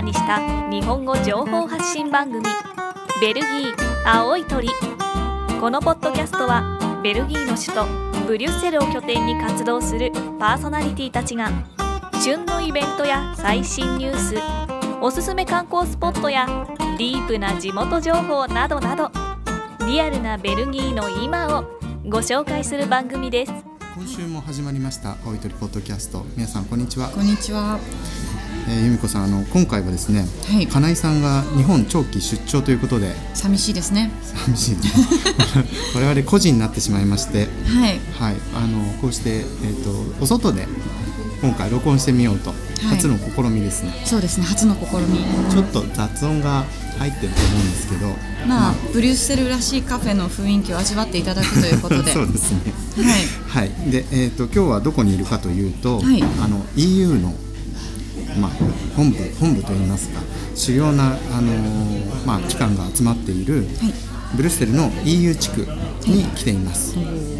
にした日本語情報発信番組ベルギー青い鳥。このポッドキャストはベルギーの首都ブリュッセルを拠点に活動するパーソナリティたちが旬のイベントや最新ニュース、おすすめ観光スポットやディープな地元情報などなど、リアルなベルギーの今をご紹介する番組です。 今週も始まりました青い鳥ポッドキャスト。皆さんこんにちは。 こんにちは。 由美子さん、今回はですね、 はい、 金井さんが日本長期出張ということで寂しいですね。 寂しいです我々個人になってしまいまして、 はいはい、こうして、お外で今回録音してみようと、初の試みですね。 そうですね、初の試み。 ちょっと雑音が入ってると思うんですけど、 ブリュッセルらしいカフェの雰囲気を味わっていただくということでそうですね、 はい、 はい。で、今日はどこにいるかというと、 はい、 EU の本部といいますか、主要な、機関が集まっている、はい、ブリュッセルの EU 地区に来ています。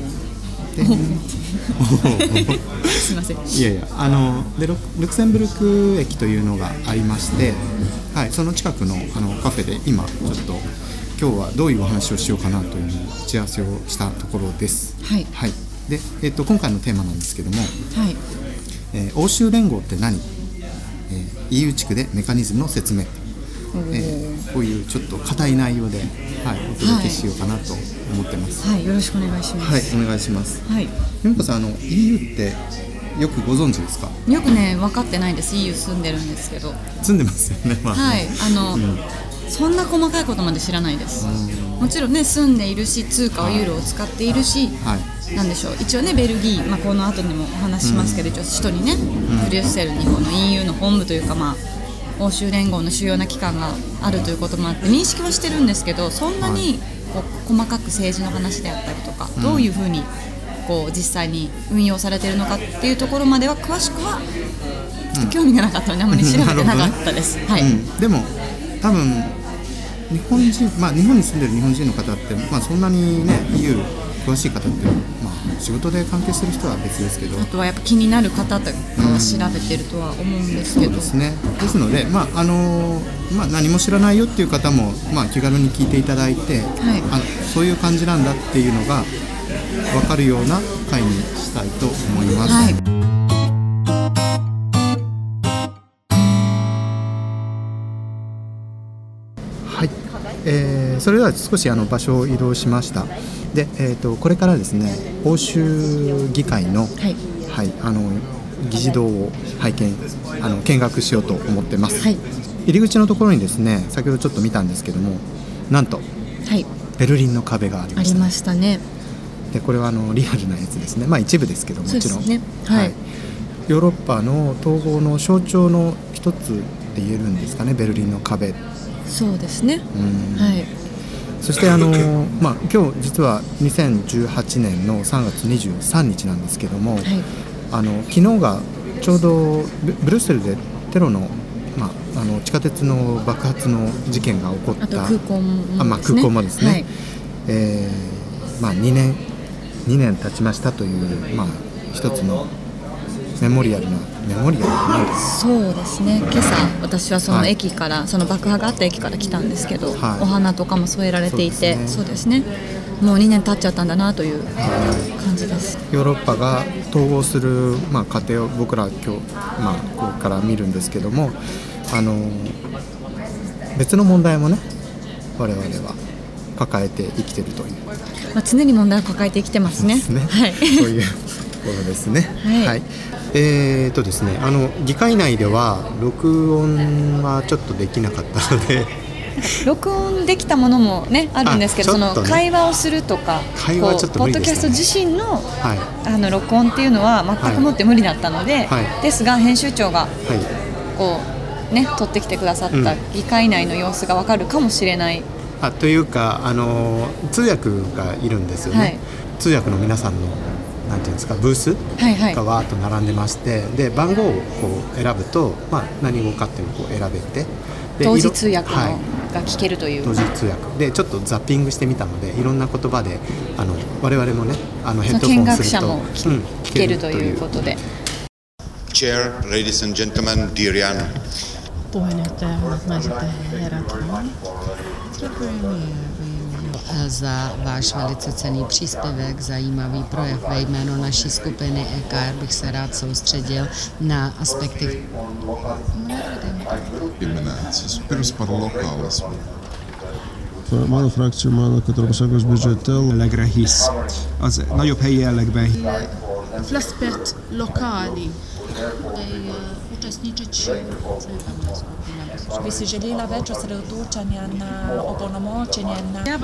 すいません。 いやいや、でルクセンブルク駅というのがありまして、はい、その近くの、カフェで今ちょっと今日はどういうお話をしようかなという打ち合わせをしたところです。 はい、 はい。で、今回のテーマなんですけども、 はい、 欧州連合って何、EU 地区でメカニズムの説明、こういうちょっと固い内容で、はい、お届けしようかなと思ってます。 はい、よろしくお願いします。 はい、お願いします。 はい。 由美子さん、EU ってよくご存知ですか？ よくね、分かってないです。 EU 住んでるんですけど。 住んでますよね。 はい、そんな細かいことまで知らないです。もちろんね、住んでいるし、通貨はユーロを使っているし、はい、なんでしょう、一応ね、ベルギー、この後にもお話ししますけど、一応首都にね、ブリュッセル、日本の EU の本部というか、欧州連合の主要な機関があるということもあって認識はしてるんですけど、そんなに細かく政治の話であったりとか、どういうふうに実際に運用されているのかっていうところまでは詳しくはちょっと興味がなかったので、あまり調べてなかったです。はい。 でも多分日本に住んでる日本人の方って、そんなにね EU 詳しい方って、仕事で関係してる人は別ですけど、 あとはやっぱ気になる方とかは調べてるとは思うんですけど、 そうですね。ですので、何も知らないよっていう方も、気軽に聞いていただいて、はい、そういう感じなんだっていうのが分かるような回にしたいと思います。はい。それでは少し場所を移動しました。で、これからですね、欧州議会の、はい、議事堂を見学しようと思ってます。はい、入り口のところにですね、先ほどちょっと見たんですけども、なんと、はい、ベルリンの壁がありましたね。 ありましたね。 で、これはリアルなやつですね。一部ですけど、もちろん、 そうですね。はい。 ヨーロッパの統合の象徴の一つって言えるんですかね、ベルリンの壁。そうですね。はい。 そして今日実は2018年の3月23日なんですけども、はい、昨日がちょうどブルッセルでテロの、地下鉄の爆発の事件が起こった。あと空港もですね。 空港もですね。はい、2年経ちましたという、一つのメモリアルなんです。 そうですね。今朝私はその駅から、その爆破があった駅から来たんですけど、はい、お花とかも添えられていて、そうですね。もう2年経っちゃったんだなという感じです。 ヨーロッパが統合する、過程を僕ら今日、ここから見るんですけども、別の問題もね、我々は抱えて生きているという、 常に問題を抱えて生きてますね。 そうですね。はい、そういうところですね。はい。ですね、議会内では録音はちょっとできなかったので録音できたものもねあるんですけど、その会話をするとか、 ポッドキャスト自身の、録音っていうのは全くもって無理だったので、ですが編集長が撮ってきてくださった議会内の様子が分かるかもしれない。 というか通訳がいるんですよね。はい、通訳の皆さんのなんていうんですか、ブースがわーっと並んでまして、で番号を選ぶと、何語かっていうのを選べて、で同時通訳が聞けるという、 同時通訳でちょっとザッピングしてみたので、いろんな言葉で我々もねヘッドホンすると見学者も聞けるということで。 Chair, ladies and gentlemen, dear Jan. puheenjohtaja, naiset ja herrat. Za váš velice cenný příspěvek, zajímavý projev ve jménu naší skupiny EKR bych se rád soustředil na aspekty. Siis peruspalvelokaalisuus. Van a frakcióban, который szakaszbüdzséttel jellegre hisz. Az nagyobb helyi jellegben. Flaspet lokali. Uczestniczyć by si željela veće osredotočanja na opunomoćenje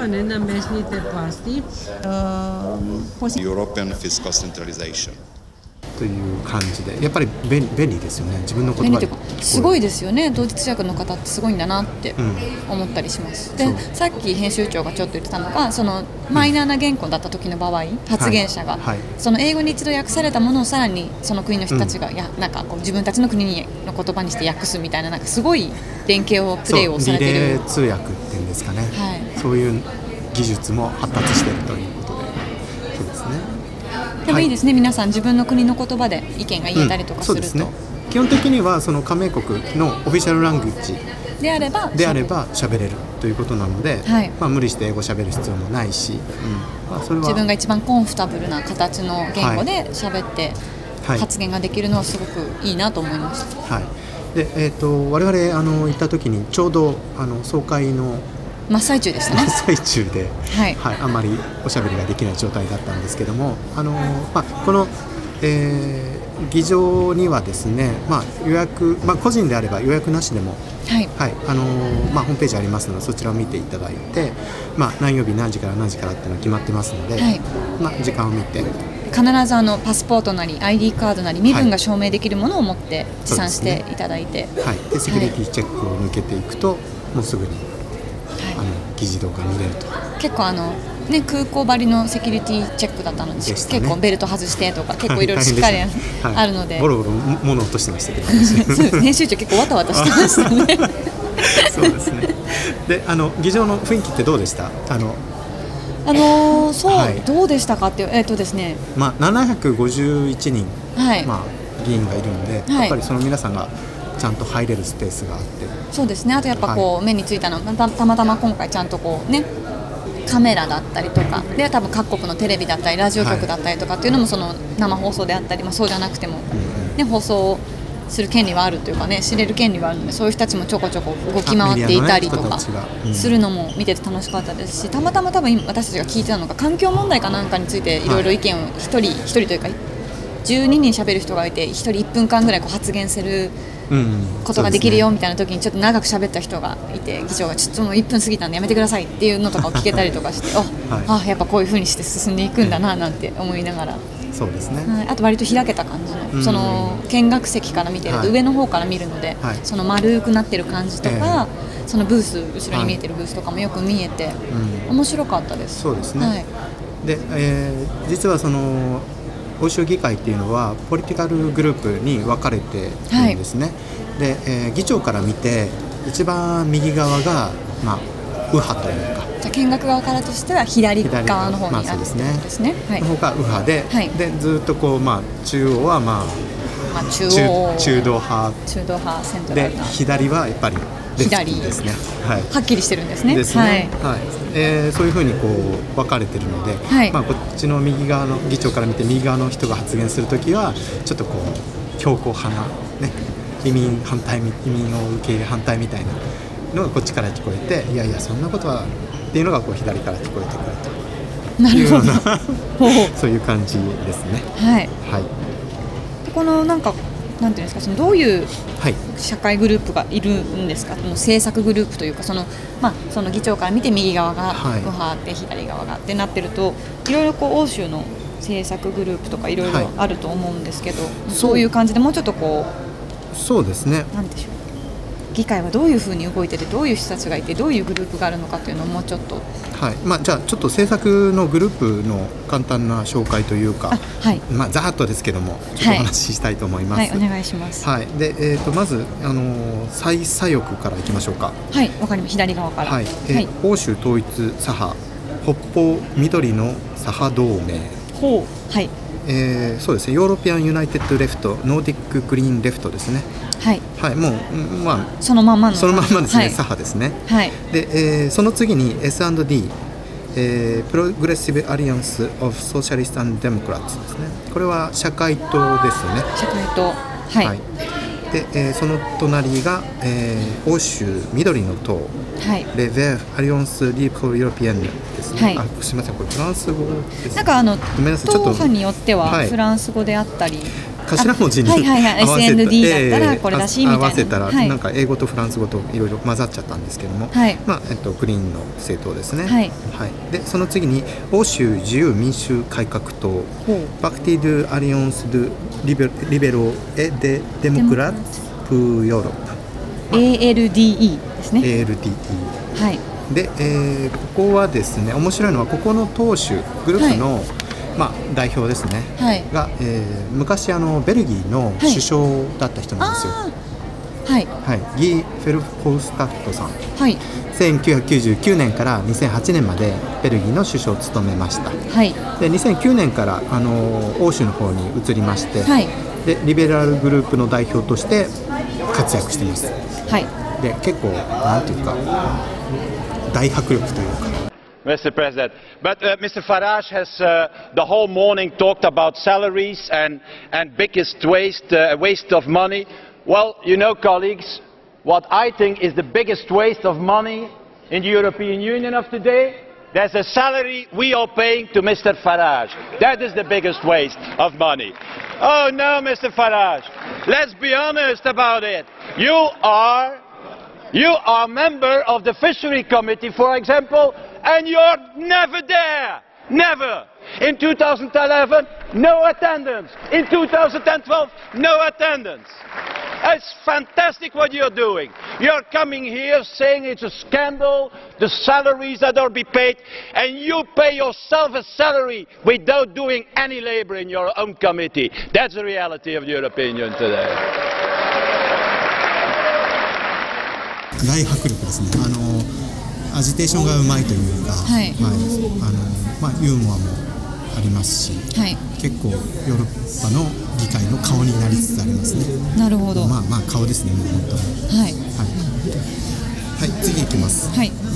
na European fiscal centralization という感じでやっぱり便利ですよね。自分の言葉ですごいですよね。同時通訳の方ってすごいんだなって思ったりします、でさっき編集長がちょっと言ってたのがそのマイナーな言語だった時の場合、発言者が、その英語に一度訳されたものをさらにその国の人たちがなんかこう自分たちの国の言葉にして訳すみたいな、なんかすごい連携をプレイをされてる。 リレー通訳っていうんですかね、そういう技術も発達しているということで、そうですね。 でもいいですね、皆さん自分の国の言葉で意見が言えたりとかすると、 そうですね、基本的にはその加盟国のオフィシャルラングージであれば喋れるということなので、無理して英語喋る必要もないし、それは自分が一番コンフォタブルな形の言語で喋って発言ができるのはすごくいいなと思いました、 で我々行った時にちょうど総会の真っ最中でしたね。 真っ最中で、あんまりおしゃべりができない状態だったんですけども、この、議場にはですね、予約、個人であれば予約なしでも、ホームページありますのでそちらを見ていただいて、何曜日何時から何時からっていうのが決まってますので、時間を見て必ずパスポートなり ID カードなり身分が証明できるものを持って持参していただいて、 でセキュリティチェックを抜けていくともうすぐに議事堂が見れると。 結構空港張りのセキュリティチェックだったので、結構ベルト外してとか結構いろいろしっかりあるので、 ボロボロ物落としてましたけど編集長結構わたわたしてましたねそうですね。で議場の雰囲気ってどうでした？ どうでしたかってですね、 751人、議員がいるので、やっぱりその皆さんがちゃんと入れるスペースがあって、 そうですね。あとやっぱ目についたのがたまたま今回ちゃんとカメラだったりとかで、多分各国のテレビだったりラジオ局だったりとかっていうのもその生放送であったり、そうじゃなくても、放送する権利はあるというか知れる権利はあるので、そういう人たちもちょこちょこ動き回っていたりとかするのも見てて楽しかったですし、たまたま多分私たちが聞いてたのが環境問題かなんかについていろいろ意見を一人というか12人喋る人がいて1人1分間ぐらい発言することができるよみたいな時にちょっと長く喋った人がいて、議長がちょっともう1分過ぎたんでやめてくださいっていうのとかを聞けたりとかしてやっぱこういう風にして進んでいくんだななんて思いながら、 そうですね、 あと割と開けた感じの、その見学席から見てると上の方から見るので、その丸くなってる感じとか、そのブース後ろに見えてるブースとかもよく見えて、面白かったです。 そうですね、で実はその欧州議会っていうのはポリティカルグループに分かれているんですね、で議長から見て一番右側が、右派というか、 じゃ見学側からとしては左側の方にあるんですね、 の方が右派で、でずっとこう、中央は中道派セントラルなで、左はやっぱりレフティーですね、 はっきりしてるんですね。 そういうふうにこう分かれてるので、こっちの右側の議長から見て右側の人が発言するときはちょっとこう強硬派な、移民の受け入れ反対みたいなのがこっちから聞こえて、いやいやそんなことはっていうのがこう左から聞こえてくるというようなそういう感じですね。 でこのなんていうんですか、そのどういう社会グループがいるんですか、政策グループというか、その議長から見て右側が右派で左側がってなってると、いろいろこう欧州の政策グループとかいろいろあると思うんですけど、そういう感じでもうちょっとこう、 そうですね、 なんでしょう、議会はどういうふうに動いてて、どういう人たちがいて、どういうグループがあるのかというのをもうちょっと、 じゃあちょっと政策のグループの簡単な紹介というか、ざーっとですけどもちょっとお話ししたいと思います。 お願いします。 でまず最左翼からいきましょうか。 わかります。左側から。 欧州統一左派北方緑の左派同盟そうですね、ヨーロピアンユナイテッドレフト、ノーディックグリーンレフトですね。 はい、 はい、もう、まあ、 そのままのですね、 はい、 左派ですね。 はい、 で、その次に S&D、プログレッシブアリアンス・オブ・ソーシャリスト・アンド・デモクラッツですね。これは社会党ですよね。 社会党、はい、はい、 で、その隣が、欧州緑の党、 はい、 レ・ヴェル・アリアンス・リープル・ヨーロピアンですね。はい、すみません、これフランス語です、ね。 なんかごめんなさい、ちょっと党派によってはフランス語であったり、 頭文字にはいはいはい、 合わせた SND だったらこれだしみたいな、 合わせたら、 はい、 なんか英語とフランス語といろいろ混ざっちゃったんですけども、 はい、 まあグリーンの政党ですね。 はいはい、でその次に欧州自由民主改革党、パクティ・ドゥ・アリアンス・ドゥ・リベロ・エ・デ・デモクラップ・ヨーロッパ、 ALDE ですね。 ALDE、 はい、 で、ここはですね、面白いのはここの党首グループの、はい、まあ、代表ですね、はい、が、昔ベルギーの首相だった人なんですよ。 はい、 はい、ギー・フェルホスタットさん、 はい、 1999年から2008年までベルギーの首相を務めました。はい、で2009年から欧州の方に移りまして、はい、でリベラルグループの代表として活躍しています。はい、で結構なんていうか大迫力というか。 Mr. President, but Mr. Farage has the whole morning talked about salaries and biggest waste of money. Well, you know, colleagues, what I think is the biggest waste of money in the European Union of today, there's a salary we are paying to Mr. Farage. That is the biggest waste of money. Oh no, Mr. Farage, let's be honest about it. You are a member of the Fishery Committee, for example, and you're never there. Never. In 2011, no attendance. In 2012, no attendance. It's fantastic what you're doing. You're coming here saying it's a scandal, the salaries that are be paid, and you pay yourself a salary without doing any labor in your own committee. That's the reality of the European Union today. 大迫力ですね。アジテーションがうまいというか、はい、まあ、ユーモアもありますし、はい、結構ヨーロッパの議会の顔になりつつありますね。 なるほど。 まあ顔ですね、もう本当に。はい。はい。はい、次いきます。はい。で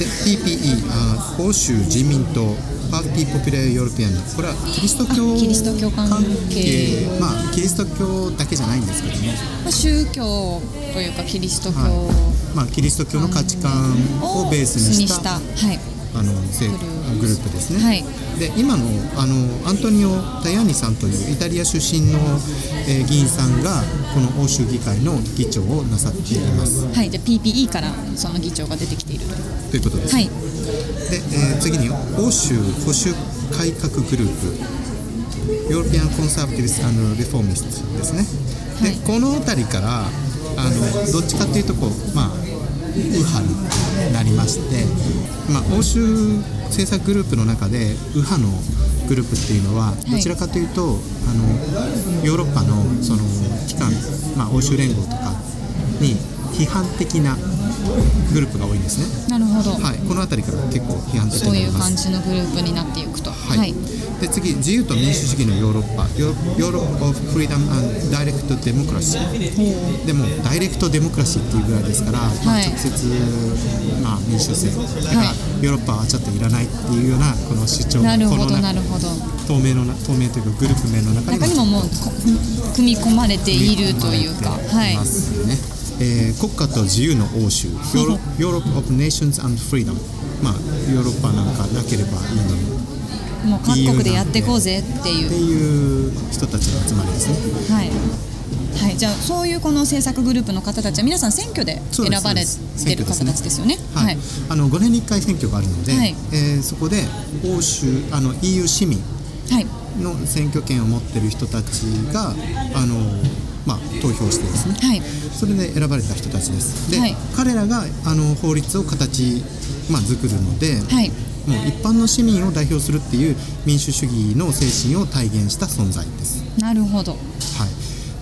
PPE、欧州人民党パーティーポピュラーヨーロピアン、これはキリスト教関係、まあキリスト教だけじゃないんですけどね。 まあ、宗教というかキリスト教、はい、 まあキリスト教の価値観をベースにした、はい、グループですね。はい、で今のアントニオ・タヤーニさんというイタリア出身の、議員さんがこの欧州議会の議長をなさっています。 はい、じゃあ PPE からその議長が出てきているということです。はい、で、次に欧州保守改革グループヨーロピアンコンサーバティブス&リフォーミストですね。で、はい、この辺りからどっちかというとまあ右派になりまして、まあ、欧州政策グループの中で右派のグループっていうのはどちらかというと、はい、ヨーロッパのその機関、まあ、欧州連合とかに批判的なグループが多いんですね。 なるほど、 はい、この辺りから結構批判的になります。 そういう感じのグループになっていくと。 はい、はい、で次、自由と民主主義のヨーロッパ、ヨーロッパ・オブ・フリーダム・アンド・ダイレクト・デモクラシー。でもダイレクト・デモクラシーっていうぐらいですから、まあ、直接、まあ、民主制だから、ヨーロッパはちょっといらないっていうようなこの主張。 なるほどなるほど。 透明というかグループ名の中にももう組み込まれているというか、はい。 ますね。国家と自由の欧州、ヨーロッパ・オブ・ネーションズ・アンド・フリーダム、まあ、ヨーロッパなんかなければいいのに、 もう各国でやっていこうぜっていう人たちの集まりですね。 はい、はい、じゃあそういうこの政策グループの方たちは皆さん選挙で選ばれている方たちですよね。 はい、5年に1回選挙があるので、はい、そこで欧州EU 市民の選挙権を持っている人たちがまあ、投票してですね、はい、それで選ばれた人たちです。で、はい、彼らが法律を形、まあ、作るので、はい、もう一般の市民を代表するっていう民主主義の精神を体現した存在です。 なるほど。 はい、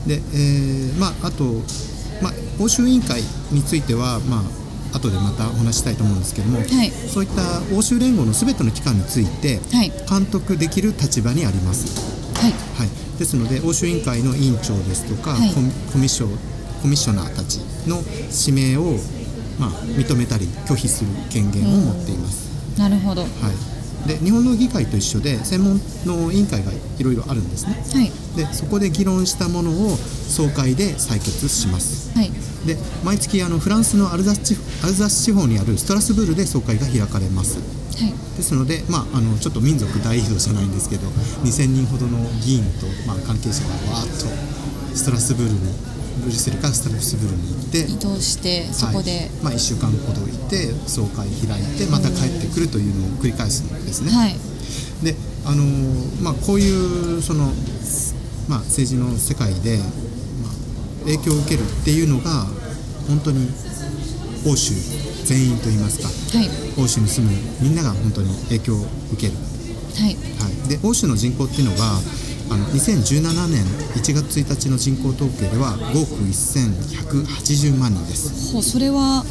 で、まあ、あと、まあ、欧州委員会については、まあ後でまたお話したいと思うんですけども、はい、そういった欧州連合のすべての機関について監督できる立場にあります。 はいはい、ですので欧州委員会の委員長ですとか、 はい、 コミッショナーたちの指名を、認めたり拒否する権限を持っています。 なるほど。 はい、で日本の議会と一緒で専門の委員会がいろいろあるんですね。 はい、 でそこで議論したものを総会で採決します。 はい、 で毎月フランスのアルザス地方にあるストラスブールで総会が開かれます。 はい、 ですので、ちょっと民族大移動じゃないんですけど2000人ほどの議員と、関係者がわーっとストラスブールにブリュッセルからストラスブールに行って移動してそこで、 1週間ほどいて総会開いてまた帰ってくるというのを繰り返すんですね。 はい、 でこういう政治の世界で、影響を受けるっていうのが本当に欧州全員といいますか、 はい、 欧州に住むみんなが本当に影響を受ける。 はい、 はい、で欧州の人口っていうのが2017年1月1日の人口統計では5億1180万人です。 それは、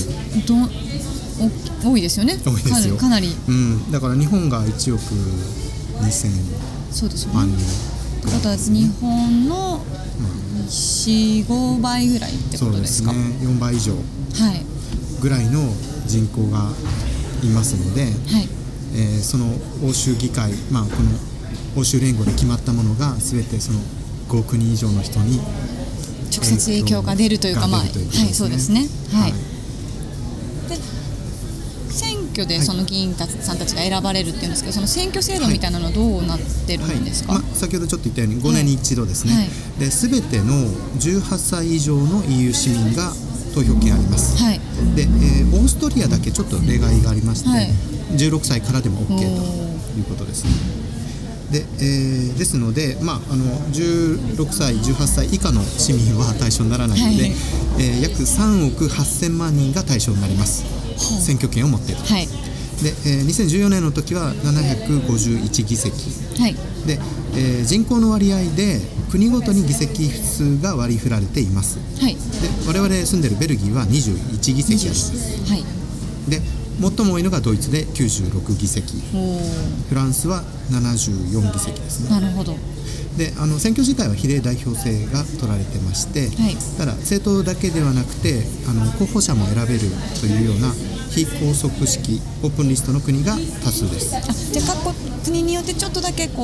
多いですよね。 多いですよ。 かなり、 だから日本が1億2000万人だから日本の 4,5 倍ぐらいってことですか。 そうですね、4倍以上ぐらいの人口がいますので、はい、その欧州議会、この欧州連合で決まったものが全てその5億人以上の人に直接影響が出るというか、はい、そうですね。はい。で、選挙でその議員さんたちが選ばれるっていうんですけど、その選挙制度みたいなのはどうなってるんですか。 先ほどちょっと言ったように5年に一度ですね。はい、で、全ての18歳以上の EU 市民が投票権あります。はい、で、オーストリアだけちょっと例外がありまして、はい、16歳からでも OK ということですね。でですので、16歳、18歳以下の市民は対象にならないので、はい、約3億8000万人が対象になります。選挙権を持っている。はい、で、2014年の時は751議席。はい、で、人口の割合で国ごとに議席数が割り振られています。はい、で、我々住んでいるベルギーは21議席あります。はい、で最も多いのがドイツで96議席、フランスは74議席ですね。 なるほど。 で選挙自体は比例代表制が取られてまして、はい、ただ政党だけではなくて候補者も選べるというような非拘束式オープンリストの国が多数です。 じゃあ各国によってちょっとだけ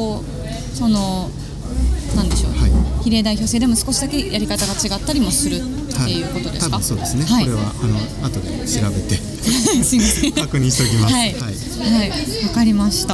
なんでしょう、はい、比例代表制でも少しだけやり方が違ったりもするっていうことですか。 多分そうですね。はい、これは後で調べてすいません確認しておきます。 はい、はい、わかりました。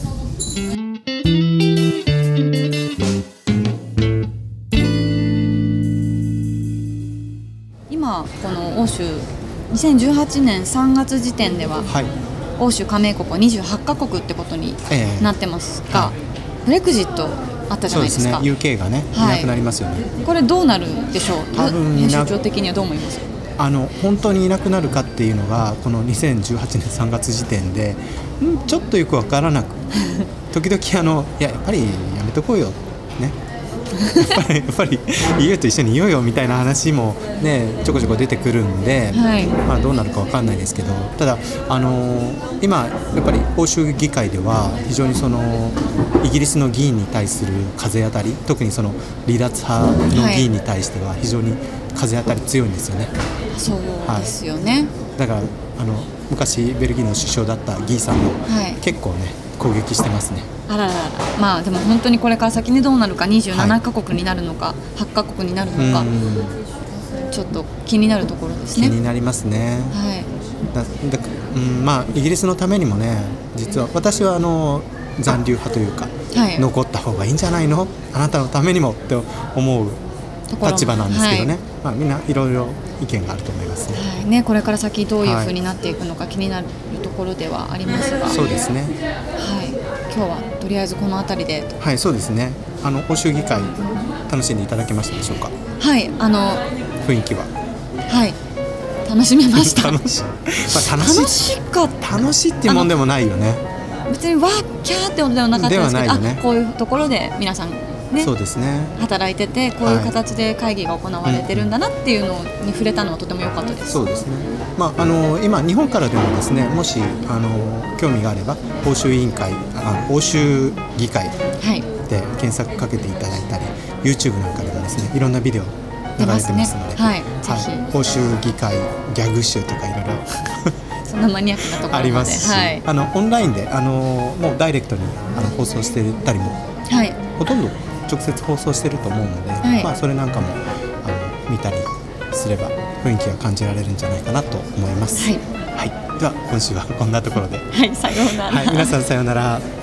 今この欧州2018年3月時点では、はい、欧州加盟国は28カ国ってことになってますが、ブレグジットあったじゃないですか。 そうですね、UK がね、いなくなりますよね。 これどうなるんでしょう。編集長的にはどう思いますか。 本当にいなくなるかっていうのがこの2018年3月時点でちょっとよく分からなく時々やっぱりやめとこうよねやっぱり EU と一緒にいようよみたいな話もねちょこちょこ出てくるんで、はい、どうなるか分かんないですけど、ただ今やっぱり欧州議会では非常にイギリスの議員に対する風当たり、特に離脱派の議員に対しては非常に風当たり強いんですよね。 そうですよね。 だから昔ベルギーの首相だったギーさんも、結構ね攻撃してますね。 あららら。でも本当にこれから先にどうなるか、27カ国になるのか、8カ国になるのか、ちょっと気になるところですね。 気になりますね。はい。イギリスのためにもね、実は私は残留派というか、残った方がいいんじゃないの、あなたのためにもって思う立場なんですけどね。みんないろいろ意見があると思いますね。 はいね、これから先どういう風になっていくのか気になるところではありますが、 そうですね。 はい。今日はとりあえずこの辺りで。 はい、そうですね。欧州議会楽しんでいただけましたでしょうか。 はい、 雰囲気は。 はい。楽しめました。 楽しかった。楽しいっていうもんでもないよね。 別にわーキャーってことではなかったですけど、こういうところで皆さんね、 そうですね、 働いててこういう形で会議が行われてるんだなっていうのに触れたのはとても良かったです。 そうですね。今日本からでもですね、もし興味があれば欧州委員会、欧州議会で検索かけていただいたり YouTube なんかでもですねいろんなビデオ流れてますので、 はい、ぜひ欧州議会ギャグ集とかいろいろそんなマニアックなところまでありますし、 はい、 オンラインでもうダイレクトに放送してたりも、 はい、 ほとんど直接放送してると思うので、 はい、 それなんかも見たりすれば雰囲気が感じられるんじゃないかなと思います。 はい、 はい、では今週はこんなところで、 はい、さようなら。 はい、皆さんさようなら。